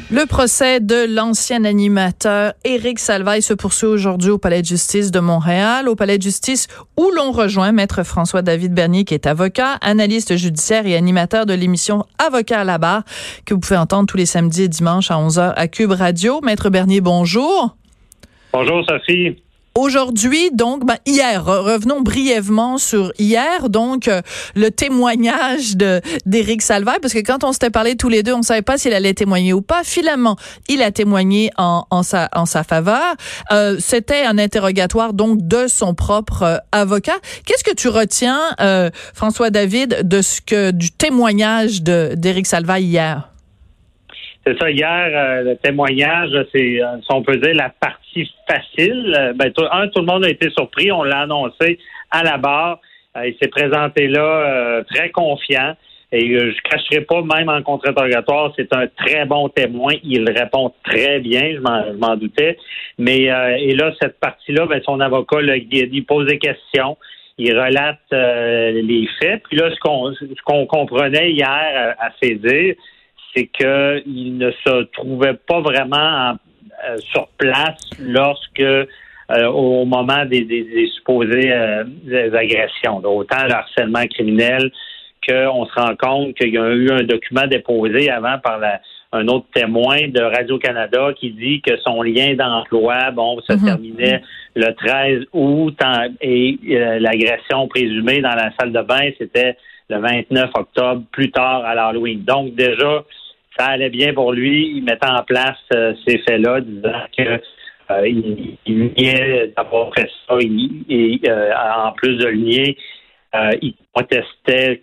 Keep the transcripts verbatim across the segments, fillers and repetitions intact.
Le procès de l'ancien animateur Éric Salvaille se poursuit aujourd'hui au Palais de justice de Montréal, au Palais de justice où l'on rejoint Maître François-David Bernier, qui est avocat, analyste judiciaire et animateur de l'émission Avocat à la barre, que vous pouvez entendre tous les samedis et dimanches à onze heures à Cube Radio. Maître Bernier, bonjour. Bonjour, Sophie. Aujourd'hui, donc, ben, hier, revenons brièvement sur hier, donc, euh, le témoignage de, d'Éric Salvaille, parce que quand on s'était parlé tous les deux, on savait pas s'il allait témoigner ou pas. Finalement, il a témoigné en, en sa, en sa faveur. Euh, c'était un interrogatoire, donc, de son propre euh, avocat. Qu'est-ce que tu retiens, euh, François-David, de ce que, du témoignage de, d'Éric Salvaille hier? C'est ça, hier, euh, le témoignage, c'est, euh, si on peut dire, la partie facile. Euh, ben, tout, un, tout le monde a été surpris, on l'a annoncé à la barre. Euh, il s'est présenté là euh, très confiant. Et euh, je cacherai pas, même en contre-interrogatoire, c'est un très bon témoin. Il répond très bien, je m'en, je m'en doutais. Mais euh, et là, cette partie-là, ben, son avocat, là, il, il pose des questions. Il relate euh, les faits. Puis là, ce qu'on, ce qu'on comprenait hier à, à ses dires, c'est qu'il ne se trouvait pas vraiment en, euh, sur place lorsque, euh, au moment des, des, des supposées euh, des agressions. Donc, autant le harcèlement criminel qu'on se rend compte qu'il y a eu un document déposé avant par la, un autre témoin de Radio-Canada qui dit que son lien d'emploi, bon, se mm-hmm. terminait le treize août en, et euh, l'agression présumée dans la salle de bain, c'était le vingt-neuf octobre, plus tard à l'Halloween. Donc, déjà, ça allait bien pour lui. Il mettait en place euh, ces faits-là, disant que euh, il, il niait d'avoir fait ça. Il, et euh, en plus de le nier, euh, il contestait.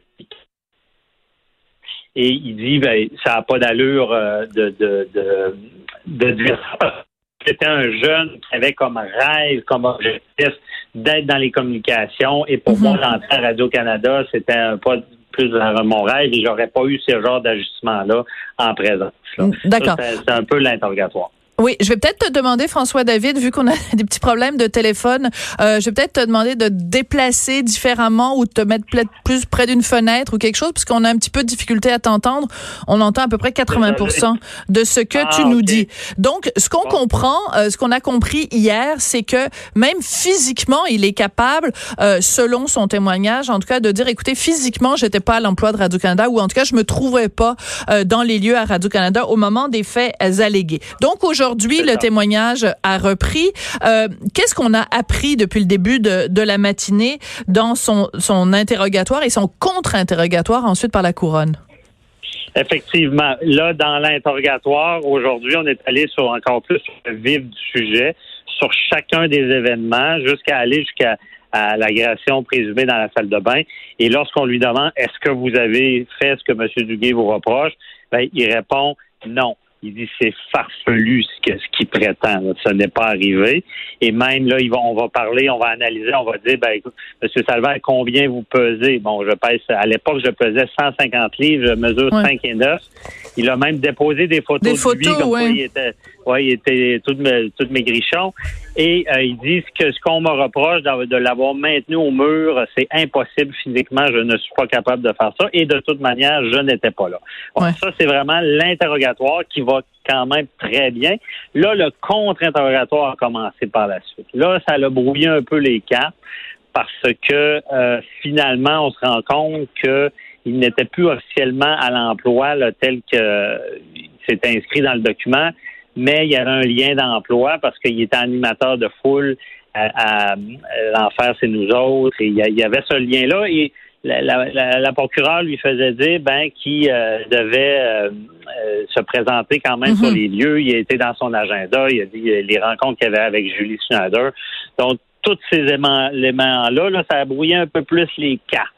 Et il dit, ben, ça n'a pas d'allure euh, de, de, de, de dire ça. C'était un jeune qui avait comme rêve, comme objectif d'être dans les communications. Et pour mm-hmm. moi, d'entrer à Radio-Canada, c'était un pas plus dans mon rêve et j'aurais pas eu ce genre d'ajustement-là en présence. Là. D'accord. Ça, c'est, c'est un peu l'interrogatoire. Oui, je vais peut-être te demander, François-David, vu qu'on a des petits problèmes de téléphone, euh, je vais peut-être te demander de te déplacer différemment ou de te mettre plus près d'une fenêtre ou quelque chose, puisqu'on a un petit peu de difficulté à t'entendre. On entend à peu près quatre-vingts pour cent de ce que ah, tu nous okay. dis. Donc, ce qu'on bon. comprend, euh, ce qu'on a compris hier, c'est que même physiquement, il est capable, euh, selon son témoignage, en tout cas, de dire, écoutez, physiquement, j'étais pas à l'emploi de Radio-Canada ou en tout cas, je me trouvais pas euh, dans les lieux à Radio-Canada au moment des faits allégués. Donc, aujourd'hui, Aujourd'hui, le témoignage a repris. Euh, qu'est-ce qu'on a appris depuis le début de, de la matinée dans son, son interrogatoire et son contre-interrogatoire ensuite par la couronne? Effectivement. Là, dans l'interrogatoire, aujourd'hui, on est allé sur encore plus sur le vif du sujet, sur chacun des événements, jusqu'à aller jusqu'à à l'agression présumée dans la salle de bain. Et lorsqu'on lui demande, est-ce que vous avez fait ce que M. Duguay vous reproche? Ben, il répond non. Il dit c'est farfelu ce, que, ce qu'il prétend. Là. Ça n'est pas arrivé. Et même là, ils vont, on va parler, on va analyser, on va dire, ben écoute, M. Salvaire, combien vous pesez? Bon, je pèse, à l'époque, je pesais cent cinquante livres, je mesure ouais. cinq et neuf. Il a même déposé des photos des de photos, lui, comme ouais. quoi il était, ouais, il était tout, tout maigrichon. Et euh, ils disent que ce qu'on me reproche de, de l'avoir maintenu au mur, c'est impossible physiquement, je ne suis pas capable de faire ça. Et de toute manière, je n'étais pas là. Bon, ouais. Ça, c'est vraiment l'interrogatoire qui va quand même très bien. Là, le contre-interrogatoire a commencé par la suite. Là, ça a brouillé un peu les cartes parce que euh, finalement, on se rend compte que il n'était plus officiellement à l'emploi là, tel que euh, c'était inscrit dans le document, mais il y avait un lien d'emploi parce qu'il était animateur de foule à, à, à l'Enfer, c'est nous autres, et il y avait ce lien-là, et la, la, la, la procureure lui faisait dire ben qu'il euh, devait euh, euh, se présenter quand même mm-hmm. sur les lieux, il était dans son agenda, il a dit les rencontres qu'il y avait avec Julie Schneider, donc tous ces éléments-là, là, ça a brouillé un peu plus les cartes.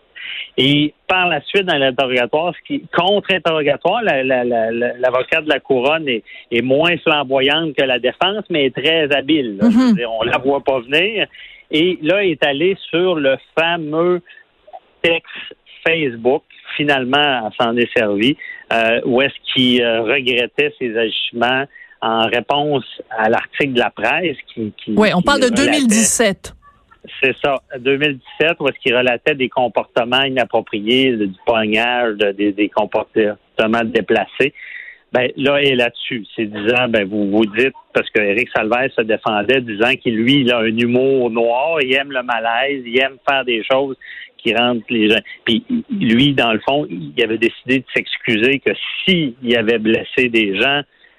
Et par la suite, dans l'interrogatoire, ce qui contre-interrogatoire, la, la, la, l'avocate de la couronne est, est moins flamboyante que la défense, mais est très habile. Là. Mm-hmm. Je veux dire, on la voit pas venir. Et là, elle est allée sur le fameux texte Facebook. Finalement, elle s'en est servie. Euh, où est-ce qu'il euh, regrettait ses agissements en réponse à l'article de la presse qui... qui oui, on qui parle de deux mille dix-sept. C'est ça, deux mille dix-sept, où est-ce qu'il relatait des comportements inappropriés, du poignage, des, des comportements déplacés. Ben là, et là-dessus, c'est disant, ben vous vous dites, parce que Éric Salvaire se défendait, disant qu'il, lui, il a un humour noir, il aime le malaise, il aime faire des choses qui rendent les gens. Puis lui, dans le fond, il avait décidé de s'excuser que s'il avait blessé des gens,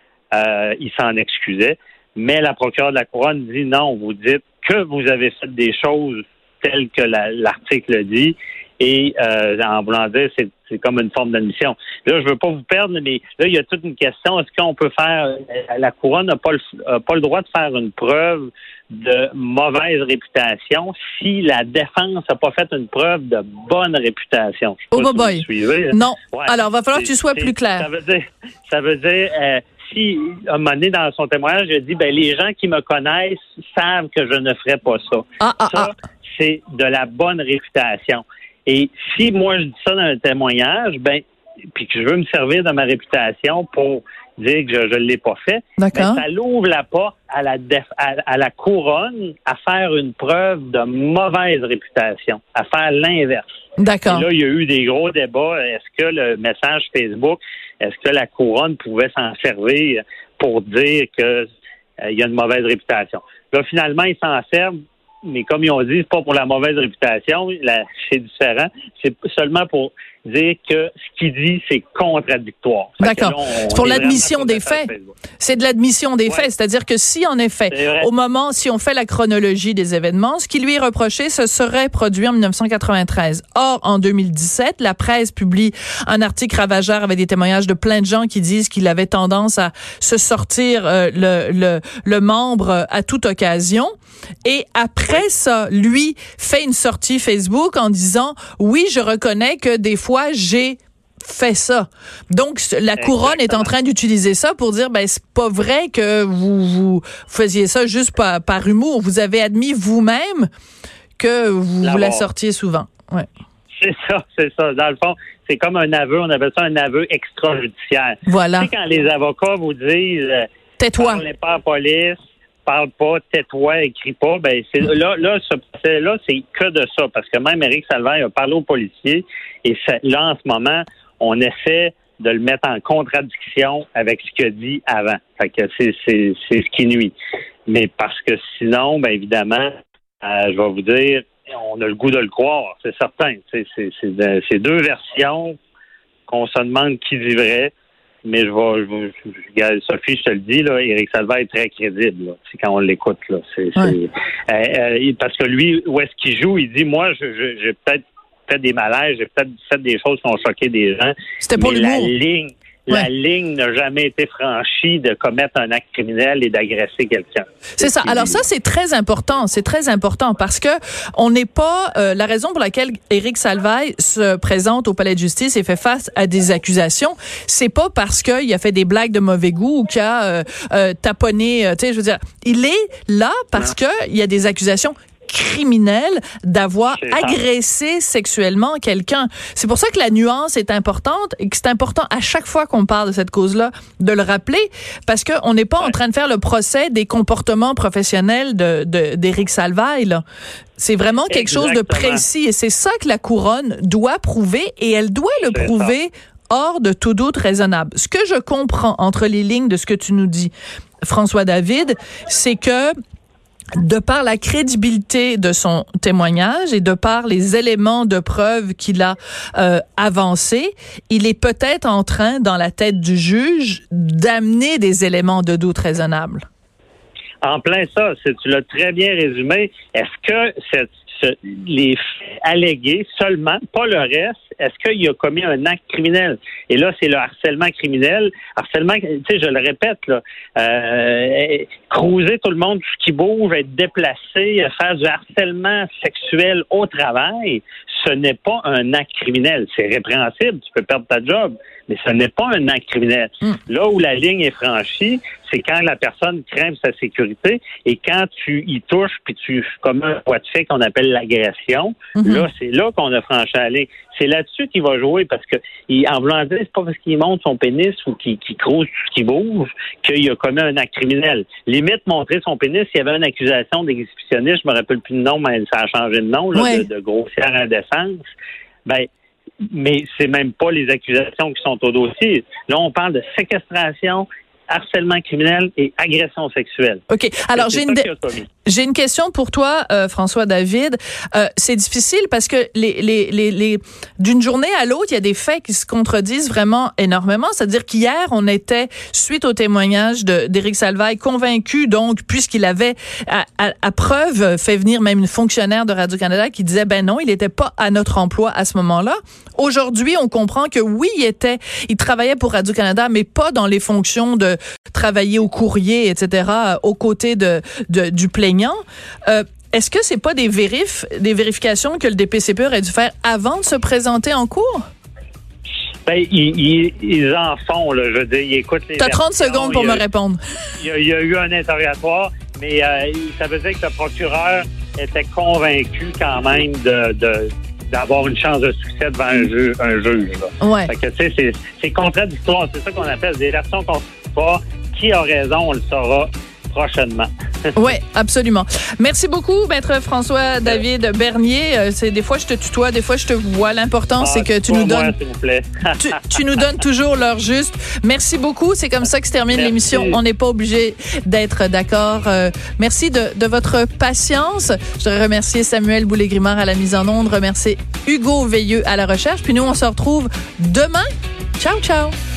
euh, il s'en excusait. Mais la procureure de la Couronne dit non, vous dites que vous avez fait des choses telles que la, l'article dit. Et euh, en voulant dire, c'est, c'est comme une forme d'admission. Là, je veux pas vous perdre, mais là, il y a toute une question. Est-ce qu'on peut faire... La Couronne n'a pas le, a pas le droit de faire une preuve de mauvaise réputation si la défense n'a pas fait une preuve de bonne réputation. Oh, si boy. Vous suivez, non. Ouais. Alors, il va falloir que tu sois plus clair. Ça veut dire... Ça veut dire euh, si, à un moment donné, dans son témoignage, il a dit, ben, les gens qui me connaissent savent que je ne ferai pas ça. Ah, ah, ça, ah. c'est de la bonne réputation. Et si moi je dis ça dans un témoignage, ben, puis que je veux me servir de ma réputation pour dire que je ne l'ai pas fait, ben, ça l'ouvre la porte à la, def, à, à la couronne à faire une preuve de mauvaise réputation, à faire l'inverse. D'accord. Et là, il y a eu des gros débats. Est-ce que le message Facebook, est-ce que la couronne pouvait s'en servir pour dire que euh, il y a une mauvaise réputation? Là, finalement, ils s'en servent. Mais comme ils ont dit, c'est pas pour la mauvaise réputation, là, c'est différent. C'est seulement pour dire que ce qu'il dit, c'est contradictoire. D'accord. Là, on, c'est pour l'admission des faits. C'est de l'admission des ouais. faits. C'est-à-dire que si, en effet, au moment, si on fait la chronologie des événements, ce qui lui est reproché, ce serait produit en dix-neuf cent quatre-vingt-treize. Or, en deux mille dix-sept, la presse publie un article ravageur avec des témoignages de plein de gens qui disent qu'il avait tendance à se sortir euh, le, le, le membre à toute occasion. Et après ça, lui fait une sortie Facebook en disant « Oui, je reconnais que des fois, j'ai fait ça. » Donc, la couronne Exactement. Est en train d'utiliser ça pour dire « Ben, c'est pas vrai que vous, vous faisiez ça juste par, par humour. Vous avez admis vous-même que vous, vous la sortiez souvent. » Ouais. C'est ça, c'est ça. Dans le fond, c'est comme un aveu. On appelle ça un aveu extrajudiciaire. Voilà. Tu sais, quand les avocats vous disent « Tais-toi. Parlez pas à la police. » Parle pas, tais-toi, écris pas, ben c'est là, là, ce procès-là, c'est que de ça, parce que même Éric Salvaire a parlé aux policiers, et ça, là, en ce moment, on essaie de le mettre en contradiction avec ce qu'il a dit avant. Fait que c'est, c'est, c'est ce qui nuit. Mais parce que sinon, ben évidemment, euh, je vais vous dire, on a le goût de le croire, c'est certain. C'est, c'est, c'est, de, c'est deux versions qu'on se demande qui dit vrai. Mais je vais, je, je, Sophie, je te le dis, là, Éric Salvaire est très crédible. Là. C'est quand on l'écoute, là. C'est, ouais. c'est, euh, euh, parce que lui, où est-ce qu'il joue, il dit, moi, je, je, j'ai peut-être fait des malaises, j'ai peut-être fait des choses qui ont choqué des gens. C'était pour mais l'humour. La ligne, ouais. la ligne n'a jamais été franchie de commettre un acte criminel et d'agresser quelqu'un. C'est, c'est ça. Alors ça, c'est très important. C'est très important parce que on n'est pas euh, la raison pour laquelle Éric Salvaire se présente au palais de justice et fait face à des accusations. C'est pas parce qu'il a fait des blagues de mauvais goût ou qu'il a euh, euh, taponné. Euh, tu sais, je veux dire, il est là parce que il y a des accusations criminel d'avoir agressé sexuellement quelqu'un. C'est pour ça que la nuance est importante et que c'est important à chaque fois qu'on parle de cette cause-là de le rappeler parce qu'on n'est pas ouais. en train de faire le procès des comportements professionnels de, de, d'Éric Salvaire, là. C'est vraiment quelque Exactement. chose de précis et c'est ça que la couronne doit prouver et elle doit le c'est prouver ça. hors de tout doute raisonnable. Ce que je comprends entre les lignes de ce que tu nous dis, François David, c'est que de par la crédibilité de son témoignage et de par les éléments de preuve qu'il a euh, avancés, il est peut-être en train, dans la tête du juge, d'amener des éléments de doute raisonnables. En plein ça, c'est, tu l'as très bien résumé. Est-ce que cette, ce, les faits allégués seulement, pas le reste, est-ce qu'il a commis un acte criminel? Et là, c'est le harcèlement criminel. Harcèlement, tu sais, je le répète, là, euh, cruiser tout le monde, tout ce qui bouge, être déplacé, faire du harcèlement sexuel au travail, ce n'est pas un acte criminel. C'est répréhensible, tu peux perdre ta job, mais ce n'est pas un acte criminel. Mm. Là où la ligne est franchie, c'est quand la personne craint sa sécurité et quand tu y touches puis tu commets un poids de fait qu'on appelle l'agression, mm-hmm. là, c'est là qu'on a franchi la ligne. C'est là-dessus qu'il va jouer parce que, il, en voulant dire, c'est pas parce qu'il monte son pénis ou qu'il, qu'il crouse tout ce qui bouge qu'il a commis un acte criminel. Limite, montrer son pénis, il y avait une accusation d'exhibitionniste, je me rappelle plus le nom, mais ça a changé de nom, là, oui. de, de grossière indécence. Ben, mais c'est même pas les accusations qui sont au dossier. Là, on parle de séquestration, harcèlement criminel et agression sexuelle. OK. Alors, j'ai une, j'ai une question pour toi, euh, François David. Euh, c'est difficile parce que les, les, les, les, d'une journée à l'autre, il y a des faits qui se contredisent vraiment énormément. C'est-à-dire qu'hier, on était, suite au témoignage de, d'Éric Salvaille, convaincu, donc, puisqu'il avait, à, à, à preuve, fait venir même une fonctionnaire de Radio-Canada qui disait, ben non, il n'était pas à notre emploi à ce moment-là. Aujourd'hui, on comprend que oui, il était, il travaillait pour Radio-Canada, mais pas dans les fonctions de travailler au courrier, et cetera, aux côtés de, de du plaignant. Euh, est-ce que c'est pas des vérifs, des vérifications que le D P C P aurait dû faire avant de se présenter en cours? Ben, ils, ils, ils en font, là. Je veux dire, ils écoutent les. T'as trente secondes pour a, me répondre. Il y, a, il y a eu un interrogatoire, mais euh, ça veut dire que le procureur était convaincu quand même de, de d'avoir une chance de succès devant un, ju- un juge. Là. Ouais. Fait que, tu sais, c'est, c'est contradictoire. C'est ça qu'on appelle des versions contradictoires. Qui a raison, on le saura prochainement. Oui, absolument. Merci beaucoup, Maître François-David Bernier. C'est des fois je te tutoie, des fois je te vois. L'important, ah, c'est que tu nous donnes, moi, s'il vous plaît. tu, tu nous donnes toujours l'heure juste. Merci beaucoup. C'est comme ça que se termine merci. L'émission. On n'est pas obligé d'être d'accord. Euh, merci de, de votre patience. Je voudrais remercier Samuel Boulay-Grimard à la mise en onde, remercier Hugo Veilleux à la recherche. Puis nous, on se retrouve demain. Ciao, ciao.